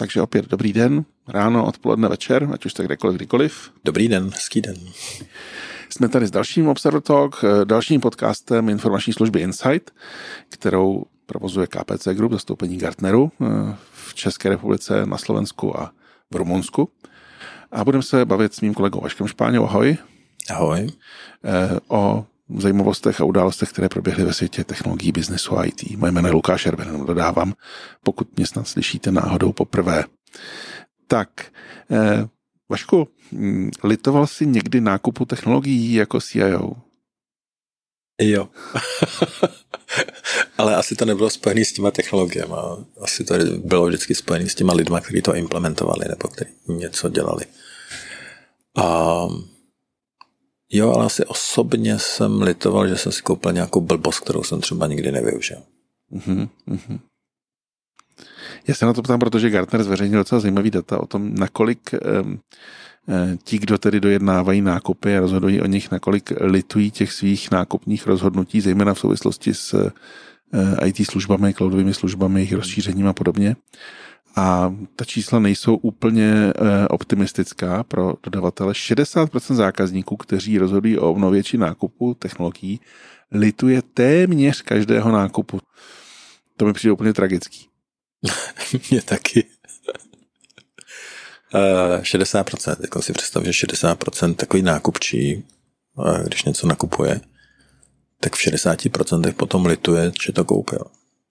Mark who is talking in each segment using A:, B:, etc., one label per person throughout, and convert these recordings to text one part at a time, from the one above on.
A: Takže opět dobrý den, ráno, odpoledne, večer, ať už tak kdykoliv.
B: Dobrý den, hezký den.
A: Jsme tady s dalším Observer Talk, dalším podcastem informační služby Insight, kterou provozuje KPC Group, zastoupení Gartneru v České republice, na Slovensku a v Rumunsku. A budeme se bavit s mým kolegou Vaškem Špáňou. Ahoj.
B: Ahoj.
A: O zajímavostech a událostech, které proběhly ve světě technologií, biznesu a IT. Moje jméno je Lukáš Erben, dodávám, pokud mě snad slyšíte náhodou poprvé. Tak, Vašku, litoval jsi někdy nákupu technologií jako CIO?
B: Jo. Ale asi to nebylo spojené s těma technologiemi. Asi to bylo vždycky spojené s těma lidma, kteří to implementovali nebo kteří něco dělali. Jo, ale asi osobně jsem litoval, že jsem si koupil nějakou blbost, kterou jsem třeba nikdy nevyužil.
A: Mm-hmm. Já se na to ptám, protože Gartner zveřejnil docela zajímavý data o tom, nakolik ti, kdo tedy dojednávají nákupy a rozhodují o nich, nakolik litují těch svých nákupních rozhodnutí, zejména v souvislosti s IT službami, cloudovými službami, jejich rozšířením a podobně. A ta čísla nejsou úplně optimistická pro dodavatele. 60% zákazníků, kteří rozhodují o obnově či nákupu technologií, lituje téměř každého nákupu. To mi přijde úplně tragický.
B: Mně taky. 60%, jako si představ, že 60% takový nákupčí, když něco nakupuje, tak v 60% potom lituje, že to koupil.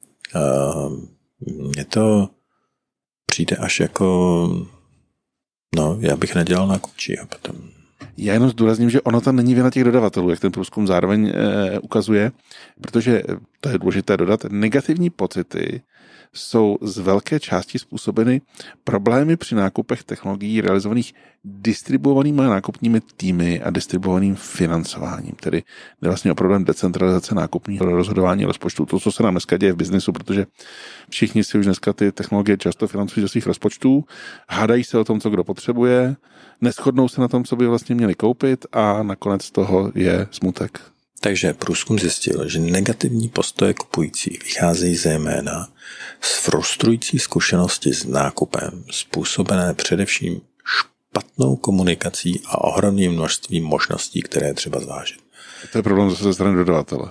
B: Mně to přijde až jako, já bych nedělal nákupčího potom.
A: Já jenom zdůrazním, že ono tam není vina těch dodavatelů, jak ten průzkum zároveň ukazuje, protože to je důležité dodat, negativní pocity jsou z velké části způsobeny problémy při nákupech technologií realizovaných distribuovanými nákupními týmy a distribuovaným financováním. Tedy jde vlastně o problém decentralizace nákupního rozhodování rozpočtu. To, co se nám dneska děje v biznesu, protože všichni si už dneska ty technologie často financují ze svých rozpočtů, hádají se o tom, co kdo potřebuje, neshodnou se na tom, co by vlastně měli koupit a nakonec toho je smutek.
B: Takže průzkum zjistil, že negativní postoje kupujících vycházejí zejména z frustrující zkušenosti s nákupem, způsobené především špatnou komunikací a ohromným množstvím možností, které je třeba zvážit.
A: To je problém zase ze strany dodavatele.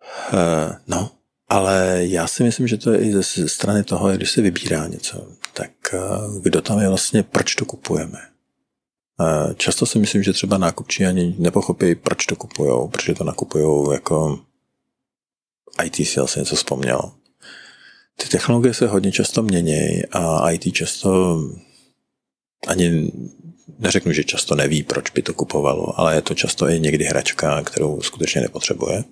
B: Ale já si myslím, že to je i ze strany toho, když se vybírá něco, tak kdo tam je vlastně, proč to kupujeme. Často si myslím, že třeba nákupčí ani nepochopí, proč to kupujou, protože to nakupujou jako IT si asi něco vzpomněl. Ty technologie se hodně často mění a IT často ani neřeknu, že často neví, proč by to kupovalo, ale je to často i někdy hračka, kterou skutečně nepotřebuje.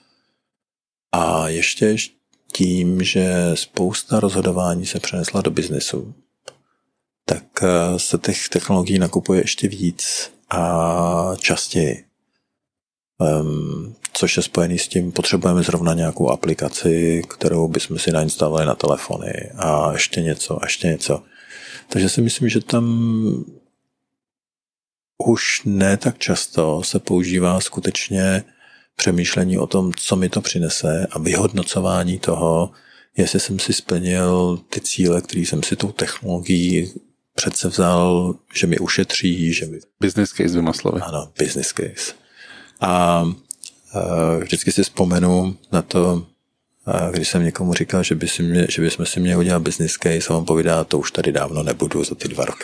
B: A ještě tím, že spousta rozhodování se přenesla do biznesu, tak se těch technologií nakupuje ještě víc a častěji. Což je spojený s tím, potřebujeme zrovna nějakou aplikaci, kterou bychom si nainstalovali na telefony a ještě něco. Takže si myslím, že tam už ne tak často se používá skutečně přemýšlení o tom, co mi to přinese a vyhodnocování toho, jestli jsem si splnil ty cíle, které jsem si tou technologií přece vzal, že mi ušetří, že mi...
A: Business case dvěma slovy.
B: Ano, business case. A vždycky si vzpomenu na to, když jsem někomu říkal, že bychom si měli udělat business case a on povídá, to už tady dávno nebudu za ty 2 roky.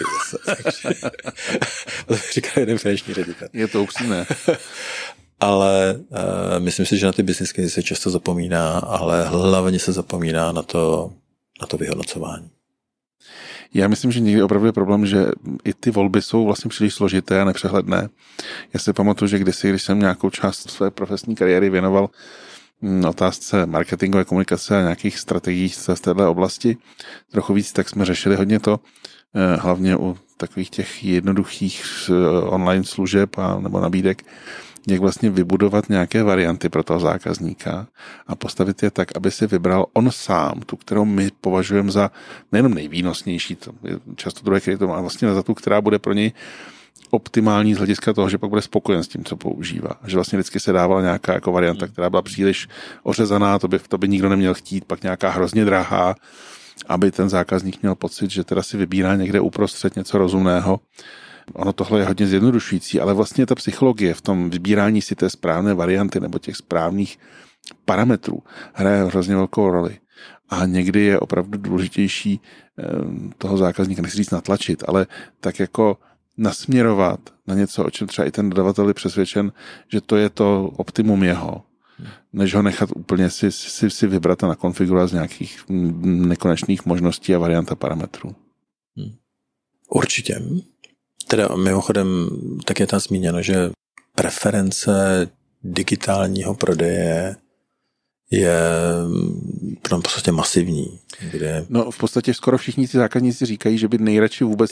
B: To říkal jeden finanční ředitel.
A: Je to upřímné.
B: Ale myslím si, že na ty business case se často zapomíná, ale hlavně se zapomíná na to vyhodnocování.
A: Já myslím, že někdy opravdu je problém, že i ty volby jsou vlastně příliš složité a nepřehledné. Já si pamatuju, že když jsem nějakou část své profesní kariéry věnoval otázce marketingové komunikace a nějakých strategií z této oblasti trochu víc, tak jsme řešili hodně to, hlavně u takových těch jednoduchých online služeb nebo nabídek, jak vlastně vybudovat nějaké varianty pro toho zákazníka a postavit je tak, aby si vybral on sám, tu, kterou my považujeme za nejenom nejvýnosnější, to je často druhé kritérium, ale vlastně za tu, která bude pro něj optimální z hlediska toho, že pak bude spokojen s tím, co používá. Že vlastně vždycky se dávala nějaká jako varianta, která byla příliš ořezaná, to by nikdo neměl chtít, pak nějaká hrozně drahá aby ten zákazník měl pocit, že teda si vybírá někde uprostřed něco rozumného. Ono tohle je hodně zjednodušující, ale vlastně ta psychologie v tom vybírání si té správné varianty nebo těch správných parametrů hraje hrozně velkou roli. A někdy je opravdu důležitější toho zákazníka, nechci říct natlačit, ale tak jako nasměrovat na něco, o čem třeba i ten dodavatel je přesvědčen, že to je to optimum jeho, než ho nechat úplně si vybrat a nakonfigurovat z nějakých nekonečných možností a variant a parametrů.
B: Určitě. Teda mimochodem tak je tam zmíněno, že preference digitálního prodeje je v podstatě masivní. Kde
A: No v podstatě skoro všichni ty zákazníci říkají, že by nejradši vůbec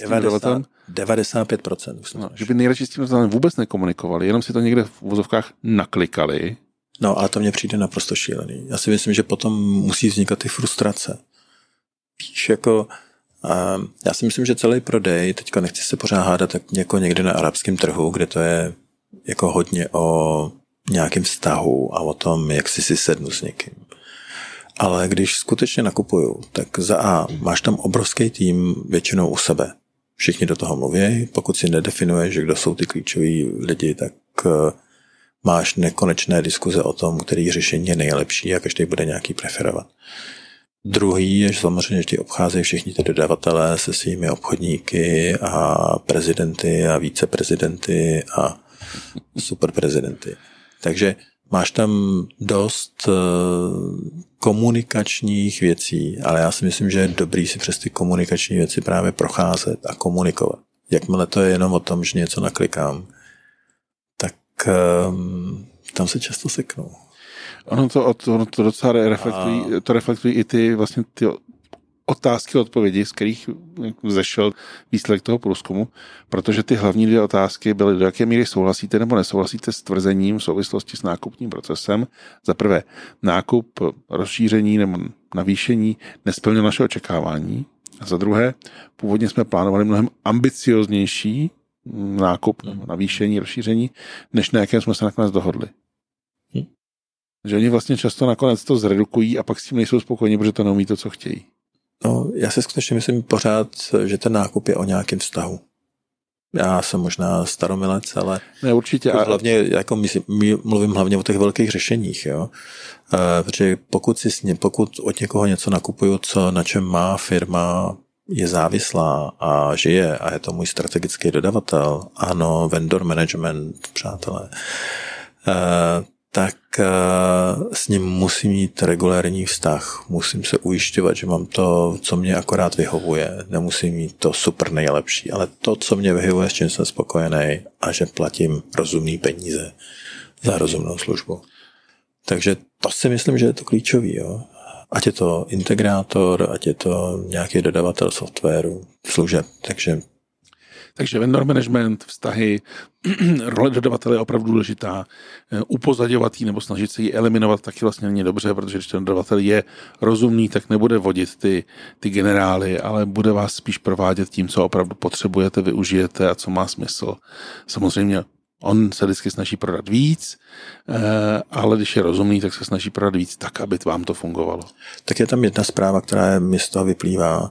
B: 95%.
A: No, že by nejradši s tím dodavatelem vůbec nekomunikovali, jenom si to někde v uvozovkách naklikali.
B: No ale to mně přijde naprosto šílený. Já si myslím, že potom musí vznikat ty frustrace. Víš, jako já si myslím, že celý prodej, teďka nechci se pořád hádat jako někde na arabském trhu, kde to je jako hodně o nějakém vztahu a o tom, jak si sednu s někým. Ale když skutečně nakupuju, tak za A máš tam obrovský tým většinou u sebe. Všichni do toho mluví, pokud si nedefinuješ, že kdo jsou ty klíčoví lidi, tak máš nekonečné diskuze o tom, který řešení je nejlepší a každý bude nějaký preferovat. Druhý je, že samozřejmě, že ti obcházejí všichni ty dodavatelé se svými obchodníky a prezidenty a víceprezidenty a superprezidenty. Takže máš tam dost komunikačních věcí, ale já si myslím, že je dobrý si přes ty komunikační věci právě procházet a komunikovat. Jakmile to je jenom o tom, že něco naklikám, tak tam se často seknou.
A: Ono to docela reflektují i ty vlastně ty otázky, odpovědi, z kterých vzešel výsledek toho průzkumu, protože ty hlavní dvě otázky byly, do jaké míry souhlasíte nebo nesouhlasíte s tvrzením v souvislosti s nákupním procesem. Za prvé, nákup, rozšíření nebo navýšení nesplnil naše očekávání. A za druhé, původně jsme plánovali mnohem ambicioznější nákup, navýšení, rozšíření, než na jakém jsme se nakonec dohodli. Že oni vlastně často nakonec to zredukují a pak s tím nejsou spokojeni, protože to neumí to, co chtějí.
B: No, já si skutečně myslím pořád, že ten nákup je o nějakém vztahu. Já jsem možná staromilec, ale
A: ne, určitě.
B: Hlavně, jako mluvím hlavně o těch velkých řešeních, jo. Protože pokud od někoho něco nakupuju, na čem má firma, je závislá a žije a je to můj strategický dodavatel, ano, vendor management, přátelé, tak s ním musím mít regulární vztah. Musím se ujišťovat, že mám to, co mě akorát vyhovuje. Nemusím mít to super nejlepší, ale to, co mě vyhovuje, s čím jsem spokojený a že platím rozumný peníze za rozumnou službu. Takže to si myslím, že je to klíčový. Jo? Ať je to integrátor, ať je to nějaký dodavatel softwaru, služeb.
A: Takže vendor management, vztahy, role dodavatele je opravdu důležitá. Upozadovat ji nebo snažit se ji eliminovat taky vlastně není dobře, protože když ten dodavatel je rozumný, tak nebude vodit ty generály, ale bude vás spíš provádět tím, co opravdu potřebujete, využijete a co má smysl. Samozřejmě on se vždycky snaží prodat víc, ale když je rozumný, tak se snaží prodat víc tak, aby vám to fungovalo.
B: Tak je tam jedna zpráva, která mi z toho vyplývá.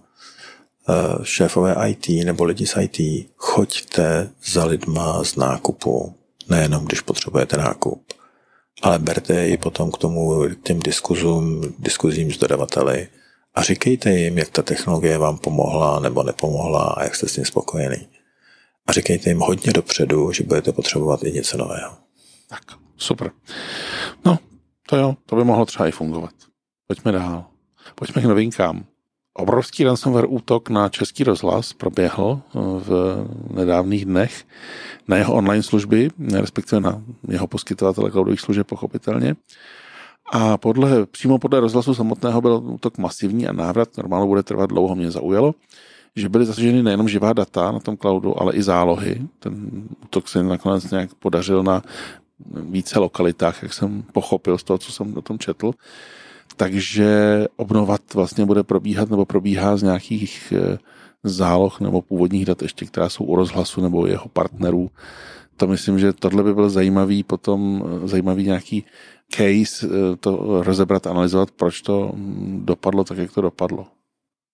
B: Šéfové IT nebo lidi z IT, choďte za lidma z nákupu, nejenom když potřebujete nákup, ale berte je i potom k těm diskuzím s dodavateli a říkejte jim, jak ta technologie vám pomohla nebo nepomohla a jak jste s tím spokojený. A říkejte jim hodně dopředu, že budete potřebovat i něco nového.
A: Tak, super. No, to jo, to by mohlo třeba i fungovat. Pojďme dál. Pojďme k novinkám. Obrovský ransomware útok na Český rozhlas proběhl v nedávných dnech na jeho online služby, respektive na jeho poskytovatele cloudových služeb pochopitelně. A přímo podle rozhlasu samotného byl útok masivní a návrat normálu bude trvat dlouho. Mě zaujalo, že byly zasaženy nejenom živá data na tom cloudu, ale i zálohy. Ten útok se nakonec nějak podařil na více lokalitách, jak jsem pochopil z toho, co jsem o tom četl. Takže obnovat vlastně bude probíhat nebo probíhá z nějakých záloh nebo původních dat ještě, která jsou u rozhlasu nebo jeho partnerů. To myslím, že tohle by byl zajímavý nějaký case, to rozebrat, analyzovat, proč to dopadlo tak, jak to dopadlo.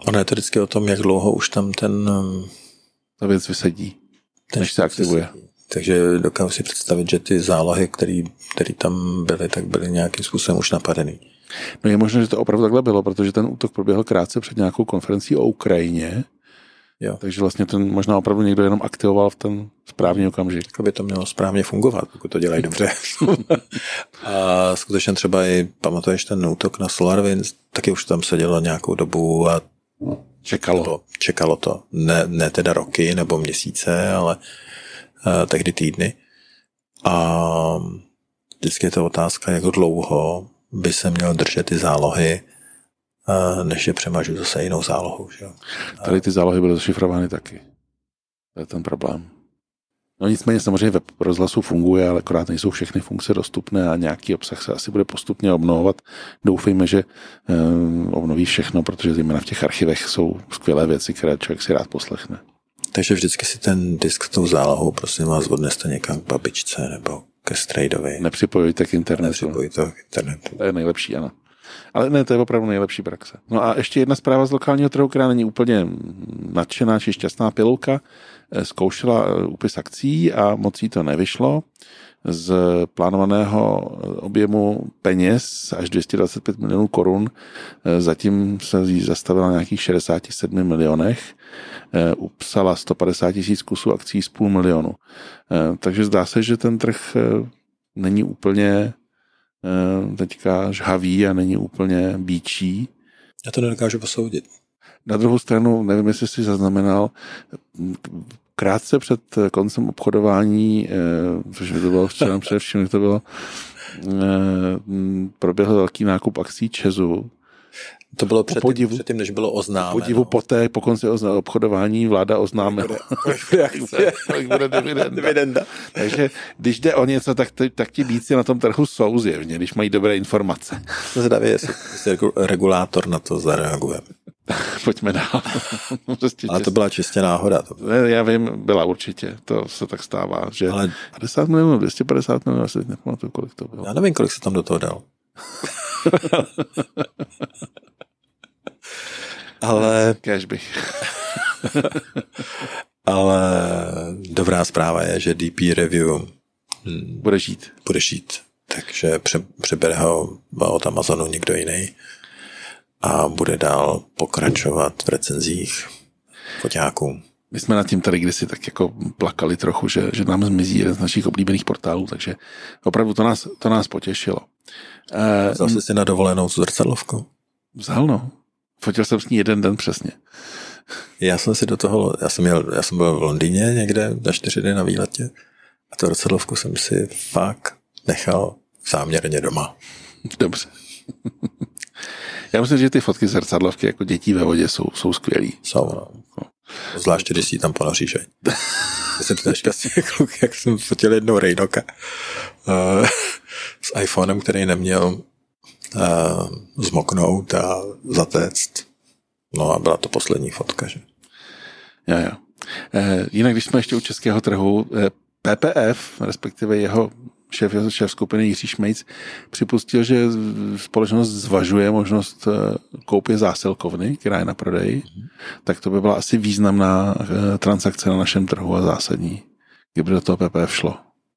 B: Ono je to vždycky o tom, jak dlouho už tam
A: ta věc vysedí, než se aktivuje.
B: Takže dokážu si představit, že ty zálohy, které tam byly, tak byly nějakým způsobem už napadený.
A: No je možné, že to opravdu takhle bylo, protože ten útok proběhl krátce před nějakou konferencí o Ukrajině. Jo. Takže vlastně ten možná opravdu někdo jenom aktivoval v ten správný okamžik.
B: Tak by to mělo správně fungovat, pokud to dělají dobře. A skutečně třeba i pamatuješ ten útok na SolarWinds, taky už tam sedělo nějakou dobu a čekalo to. Ne teda roky nebo měsíce, ale tehdy týdny. A vždycky je to otázka, jak dlouho by se měl držet ty zálohy, než je přemažu zase jinou zálohou. Že?
A: Tady ty zálohy byly zašifrovány taky. To je ten problém. No nicméně samozřejmě web rozhlasu funguje, ale akorát nejsou všechny funkce dostupné a nějaký obsah se asi bude postupně obnovovat. Doufejme, že obnoví všechno, protože zejména v těch archivech jsou skvělé věci, které člověk si rád poslechne.
B: Takže vždycky si ten disk s tou zálohou, prosím vás, odneste někam k babičce nebo ke strejdovi.
A: Nepřipojujte k internetu.
B: Nepřipojujte k internetu.
A: To je nejlepší, ano. Ale ne, to je opravdu nejlepší praxe. No a ještě jedna zpráva z lokálního trhu, která není úplně nadšená či šťastná pilulka. Zkoušela úpis akcí a moc jí to nevyšlo. Z plánovaného objemu peněz až 225 milionů korun zatím se jí zastavila na nějakých 67 milionech. Upsala 150 000 kusů akcí z 500 000. Takže zdá se, že ten trh není úplně teďka žhavý a není úplně bíčí.
B: Já to nedokážu posoudit.
A: Na druhou stranu, nevím, jestli jsi zaznamenal, krátce před koncem obchodování, což by to bylo včera především, to bylo, proběhl velký nákup akcí ČEZu.
B: To bylo předtím, než bylo oznámeno.
A: Podivu poté, po konci obchodování vláda oznámila.
B: Jak bude dividenda.
A: Takže když jde o něco, tak ti bíci na tom trhu jsou zjevně, když mají dobré informace.
B: Zdravě, jestli regulátor na to zareaguje.
A: Pojďme dál.
B: Ale to byla čistě náhoda.
A: Já vím, byla určitě. To se tak stává, že ale 50 milionů, 250 milionů, já si nepamatuju, kolik to bylo.
B: Já nevím, kolik se tam do toho dal. Ale...
A: Kéž bych.
B: Ale dobrá zpráva je, že DP Review
A: bude žít.
B: Takže přebere ho od Amazonu někdo jiný a bude dál pokračovat v recenzích foťáků.
A: My jsme nad tím tady kdysi tak jako plakali trochu, že nám zmizí jeden z našich oblíbených portálů, takže opravdu to nás potěšilo.
B: Vzal jsi si na dovolenou zrcadlovku?
A: Vzal, no. Fotil jsem s ní jeden den přesně.
B: Já jsem byl v Londýně někde na 4 dny na výletě a tu zrcadlovku jsem si fakt nechal záměrně doma.
A: Dobře. Já myslím, že ty fotky z zrcadlovky jako dětí ve vodě jsou skvělý.
B: Jsou, no. Zvláště, když si tam ponoříš. Já jsem dneška kluk, jak jsem fotil jednou Rejnoka s iPhonem, který neměl zmoknout a zatéct. No a byla to poslední fotka, že?
A: Jo. Jinak, když jsme ještě u českého trhu, PPF, respektive jeho šéf skupiny Jiří Šmejc, připustil, že společnost zvažuje možnost koupě zásilkovny, která je na prodeji, tak to by byla asi významná transakce na našem trhu a zásadní, kdyby do toho PPF šlo.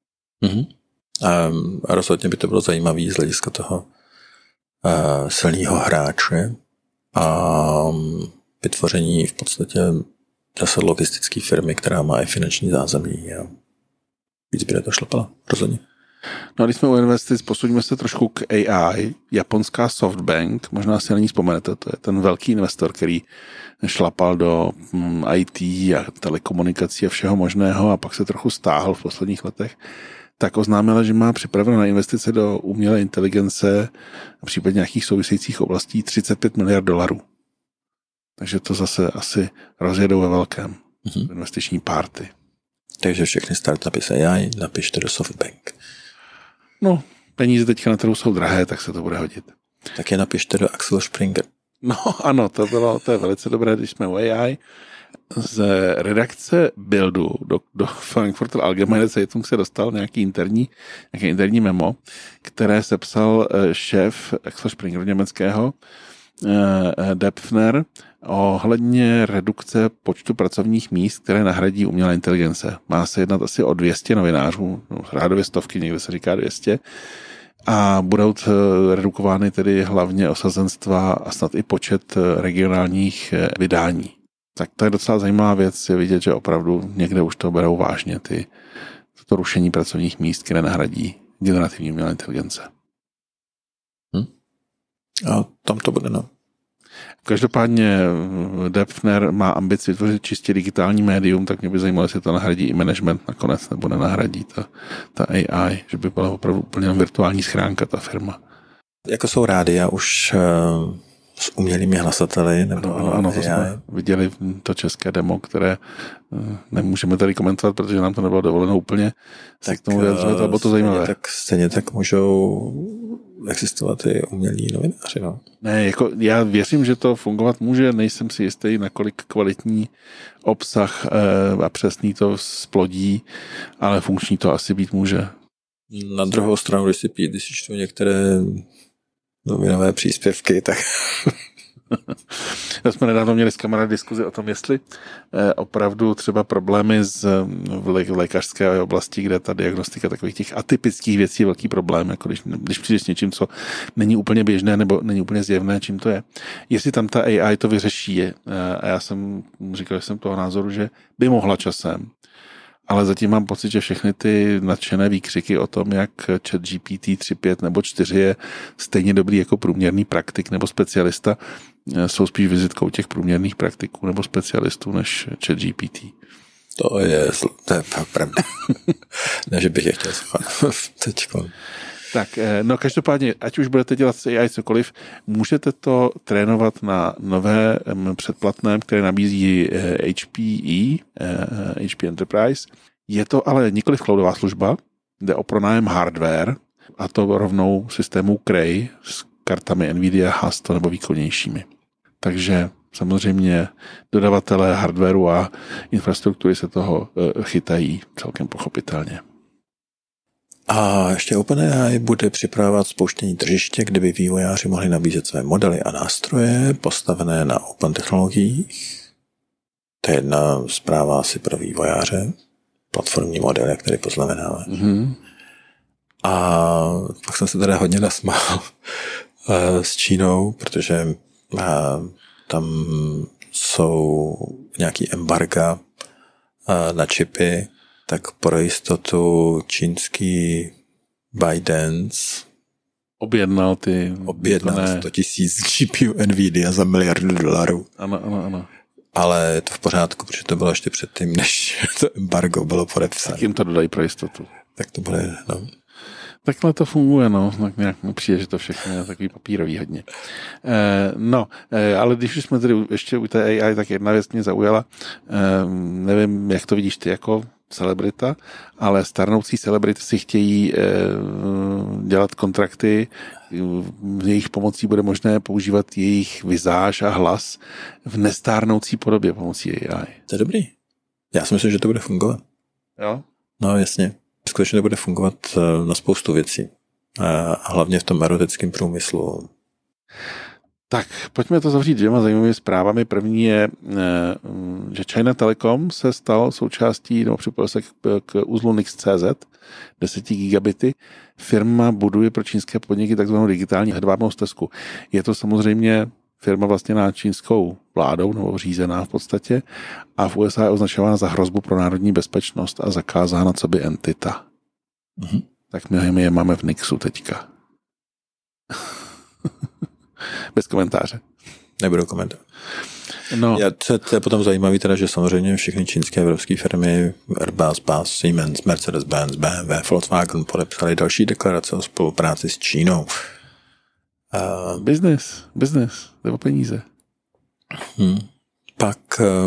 B: A rozhodně by to bylo zajímavé z hlediska toho silného hráče a vytvoření v podstatě zase logistické firmy, která má i finanční zázemí a víc by to šlapala, rozhodně.
A: No a když jsme u investic, posuňme se trošku k AI. Japonská SoftBank, možná si na ní vzpomenete, to je ten velký investor, který šlapal do IT a telekomunikací a všeho možného a pak se trochu stáhl v posledních letech, tak oznámila, že má připraveno na investice do umělé inteligence a případně nějakých souvisejících oblastí $35 miliard. Takže to zase asi rozjedou ve velkém investiční party.
B: Takže všechny startupy s AI napište do SoftBank.
A: No, peníze teďka na trhu jsou drahé, tak se to bude hodit.
B: Tak je napište do Axel Springer.
A: No ano, to je velice dobré, když jsme u AI. Z redakce Bildu do Frankfurter Allgemeine Zeitung se dostal nějaké interní memo, které sepsal šéf Axel Springer německého, Depfner ohledně redukce počtu pracovních míst, které nahradí umělá inteligence. Má se jednat asi o 200 novinářů, řádově stovky, někde se říká 200, a budou redukovány tedy hlavně osazenstva a snad i počet regionálních vydání. Tak to je docela zajímavá věc, je vidět, že opravdu někde už to berou vážně, to rušení pracovních míst, které nahradí generativní umělá inteligence.
B: A tam to bude, no.
A: Každopádně Depfner má ambici vytvořit čistě digitální médium, tak mě by zajímalo, jestli to nahradí i management nakonec, nebo nenahradí ta AI, že by byla opravdu úplně virtuální schránka ta firma.
B: Jako jsou rádia už s umělými hlasateli, nebo
A: ano, to jsme viděli to české demo, které nemůžeme tady komentovat, protože nám to nebylo dovoleno úplně. Tak tomu vyjadřovat, to bylo to zajímavé.
B: Stejně tak můžou existovat i umělí novináři, no.
A: Ne, jako já věřím, že to fungovat může, nejsem si jistý, nakolik kvalitní obsah a přesný to splodí, ale funkční to asi být může.
B: Na druhou stranu, když si čtu některé novinové příspěvky, tak...
A: Já jsme nedávno měli s kamarády diskuzi o tom, jestli opravdu třeba problémy v lékařské oblasti, kde ta diagnostika takových těch atypických věcí je velký problém, jako když přijdeš s něčím, co není úplně běžné nebo není úplně zjevné, čím to je. Jestli tam ta AI to vyřeší, a já jsem říkal, že jsem toho názoru, že by mohla časem, ale zatím mám pocit, že všechny ty nadšené výkřiky o tom, jak ChatGPT 3.5 nebo 4 je stejně dobrý jako průměrný praktik nebo specialista, jsou spíš vizitkou těch průměrných praktiků nebo specialistů než ChatGPT.
B: To je pravda. Ne, že bych je chtěl teďko.
A: Tak, no každopádně, ať už budete dělat s AI cokoliv, můžete to trénovat na nové předplatném, které nabízí HP Enterprise. Je to ale nikoliv cloudová služba, jde o pronájem hardware, a to rovnou systému Cray s kartami Nvidia Hasto nebo výkonnějšími. Takže samozřejmě dodavatelé hardwareu a infrastruktury se toho chytají celkem pochopitelně.
B: A ještě OpenAI bude připravovat spouštění tržiště, kde by vývojáři mohli nabízet své modely a nástroje postavené na open technologiích. To je jedna zpráva asi pro vývojáře. Platformní model, jak tady poznamenáme. Mm-hmm. A pak jsem se teda hodně nasmál s Čínou, protože tam jsou nějaký embarga na čipy, tak pro jistotu čínský ByteDance objednal 100 000 GPU Nvidia za $1 miliard.
A: Ano.
B: Ale je to v pořádku, protože to bylo ještě předtím, než to embargo bylo podepsáno.
A: Tak jim to dodají pro jistotu.
B: Tak to bude, no.
A: Takhle to funguje, no. Tak nějak mi přijde, že to všechno je takový papírový hodně. Ale když už jsme tady ještě u té AI, tak jedna věc mě zaujala. Nevím, jak to vidíš ty jako celebrita, ale starnoucí celebrity si chtějí dělat kontrakty, jejich pomocí bude možné používat jejich vizáž a hlas v nestárnoucí podobě pomocí AI.
B: To je dobrý. Já si myslím, že to bude fungovat.
A: Jo?
B: No jasně. Skutečně to bude fungovat na spoustu věcí. A hlavně v tom erotickém průmyslu.
A: Tak, pojďme to zavřít 2 zajímavými zprávami. První je, že China Telecom se stal součástí, nebo připojil se k uzlu Nix.cz, 10 gigabity. Firma buduje pro čínské podniky takzvanou digitální hedvábnou stezku. Je to samozřejmě firma vlastněná čínskou vládou, nebo řízená v podstatě, a v USA je označována za hrozbu pro národní bezpečnost a zakázána coby entita. Mm-hmm. Tak my je máme v Nixu teďka. Bez komentáře.
B: Nebudu komentovat.
A: No.
B: To je potom zajímavé teda, že samozřejmě všechny čínské evropské firmy Airbus, BAS, Siemens, Mercedes-Benz, BMW, Volkswagen podepsali další deklarace o spolupráci s Čínou.
A: Business, nebo peníze.
B: Pak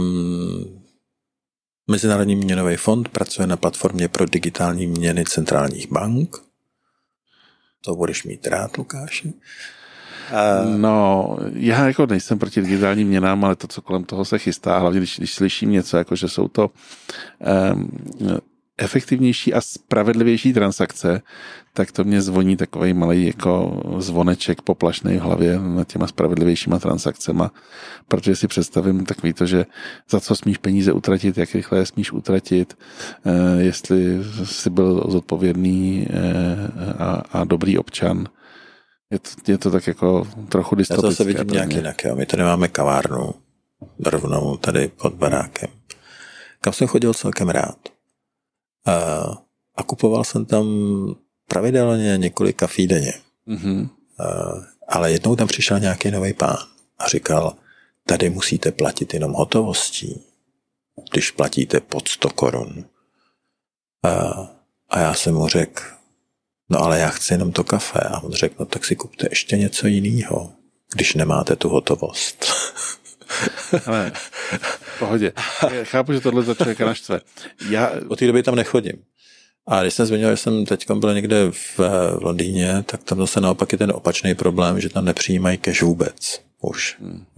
B: Mezinárodní měnový fond pracuje na platformě pro digitální měny centrálních bank. To budeš mít rád, Lukáši.
A: No, já jako nejsem proti digitálním měnám, ale to, co kolem toho se chystá, hlavně když slyším něco, jako že jsou to efektivnější a spravedlivější transakce, tak to mě zvoní takovej malý jako zvoneček poplašnej v hlavě nad těma spravedlivějšíma transakcema, protože si představím takový to, že za co smíš peníze utratit, jak rychle je smíš utratit, jestli jsi byl zodpovědný a dobrý občan. Je to tak jako trochu dystopické.
B: Já to se vidím nějak jinak. Jo. My tady máme kavárnu rovnou tady pod barákem, kam jsem chodil celkem rád. A kupoval jsem tam pravidelně několik kafí denně. Mm-hmm. Ale jednou tam přišel nějaký nový pán a říkal, tady musíte platit jenom hotovostí, když platíte pod 100 korun. A já jsem mu řekl, no ale já chci jenom to kafe. A on řekl, no tak si kupte ještě něco jiného, když nemáte tu hotovost.
A: Ale v pohodě. Já chápu, že tohle za člověka naštve.
B: Od té doby tam nechodím. A když jsem zmínil, že jsem teď byl někde v Londýně, tak tam zase naopak je ten opačný problém, že tam nepřijímají cash vůbec už.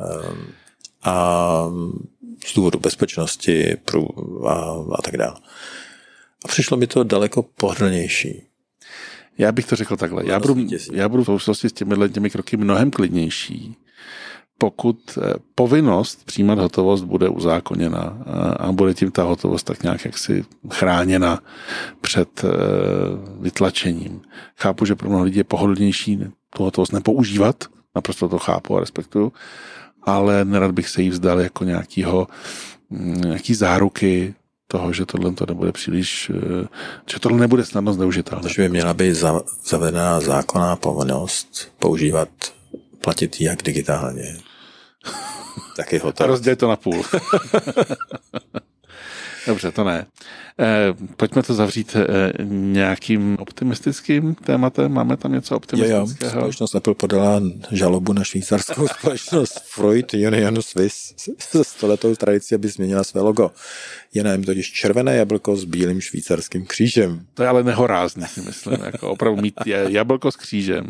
B: A z důvodu bezpečnosti a tak dále. A přišlo mi to daleko pohodlnější.
A: Já bych to řekl takhle. Já budu v souvislosti s těmi kroky mnohem klidnější, pokud povinnost přijímat hotovost bude uzákoněna a bude tím ta hotovost tak nějak jaksi chráněna před vytlačením. Chápu, že pro mnoho lidí je pohodlnější tu hotovost nepoužívat, naprosto to chápu a respektuju, ale nerad bych se jí vzdal jako nějaký záruky toho, že tohle to nebude příliš, že tohle nebude snadno zneužitelné.
B: Takže by měla být zavedená zákonná povinnost platit jak digitálně, tak i hotovost.
A: Rozděl to na půl. Dobře, to ne. Pojďme to zavřít nějakým optimistickým tématem. Máme tam něco optimistického?
B: Jo. Společnost Apple podala žalobu na švýcarskou společnost Freud Union Swiss se 100letou tradicí, aby změnila své logo. Je na něm totiž červené jablko s bílým švýcarským křížem.
A: To je ale nehorázný, si myslím. Jako opravdu mít jablko s křížem.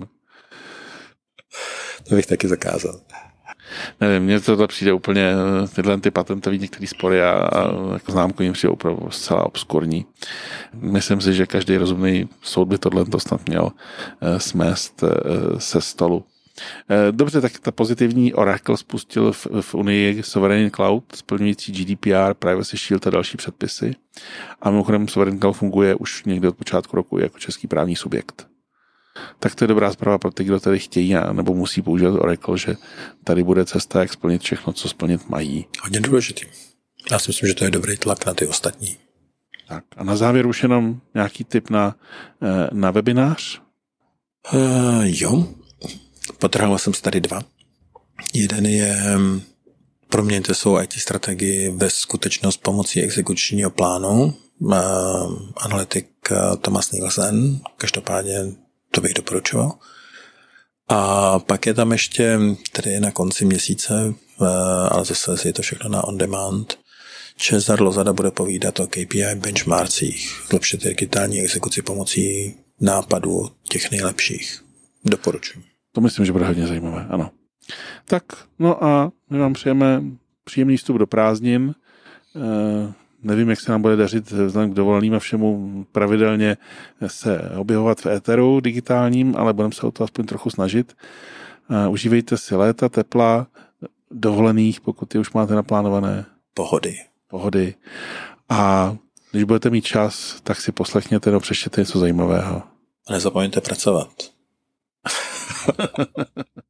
B: To bych taky zakázal.
A: Nevím, mně to přijde úplně, tyhle ty patentový některé spory a jako známku jim přijde opravdu zcela obskurní. Myslím si, že každý rozumný soud by tohle snad měl smést se stolu. Dobře, tak ta pozitivní Oracle spustil v Unii Sovereign Cloud, splňující GDPR, Privacy Shield a další předpisy. A mimochodem Sovereign Cloud funguje už někdy od počátku roku jako český právní subjekt. Tak to je dobrá zpráva pro ty, kdo tady chtějí nebo musí používat Oracle, že tady bude cesta, jak splnit všechno, co splnit mají.
B: Hodně důležitý. Já si myslím, že to je dobrý tlak na ty ostatní.
A: Tak a na závěr už jenom nějaký tip na webinář?
B: Jo. Potrhal jsem si tady 2. Jeden je proměňte svou IT strategii ve skutečnost pomocí exekučního plánu. Analytik Thomas Nielsen. Každopádně to bych doporučoval. A pak je tam ještě, tedy na konci měsíce, ale zase je to všechno na on demand, Cezar Lozada bude povídat o KPI benchmarkcích, zlepšit digitální exekuci pomocí nápadů těch nejlepších. Doporučuji.
A: To myslím, že bude hodně zajímavé, ano. Tak, no a my vám přejeme příjemný vstup do prázdnin. Nevím, jak se nám bude dařit vzhledem k dovoleným a všemu pravidelně se objevovat v éteru digitálním, ale budeme se o to aspoň trochu snažit. Užívejte si léta, tepla, dovolených, pokud je už máte naplánované. Pohody. A když budete mít čas, tak si poslechněte nebo přečtěte něco zajímavého.
B: A nezapomeňte pracovat.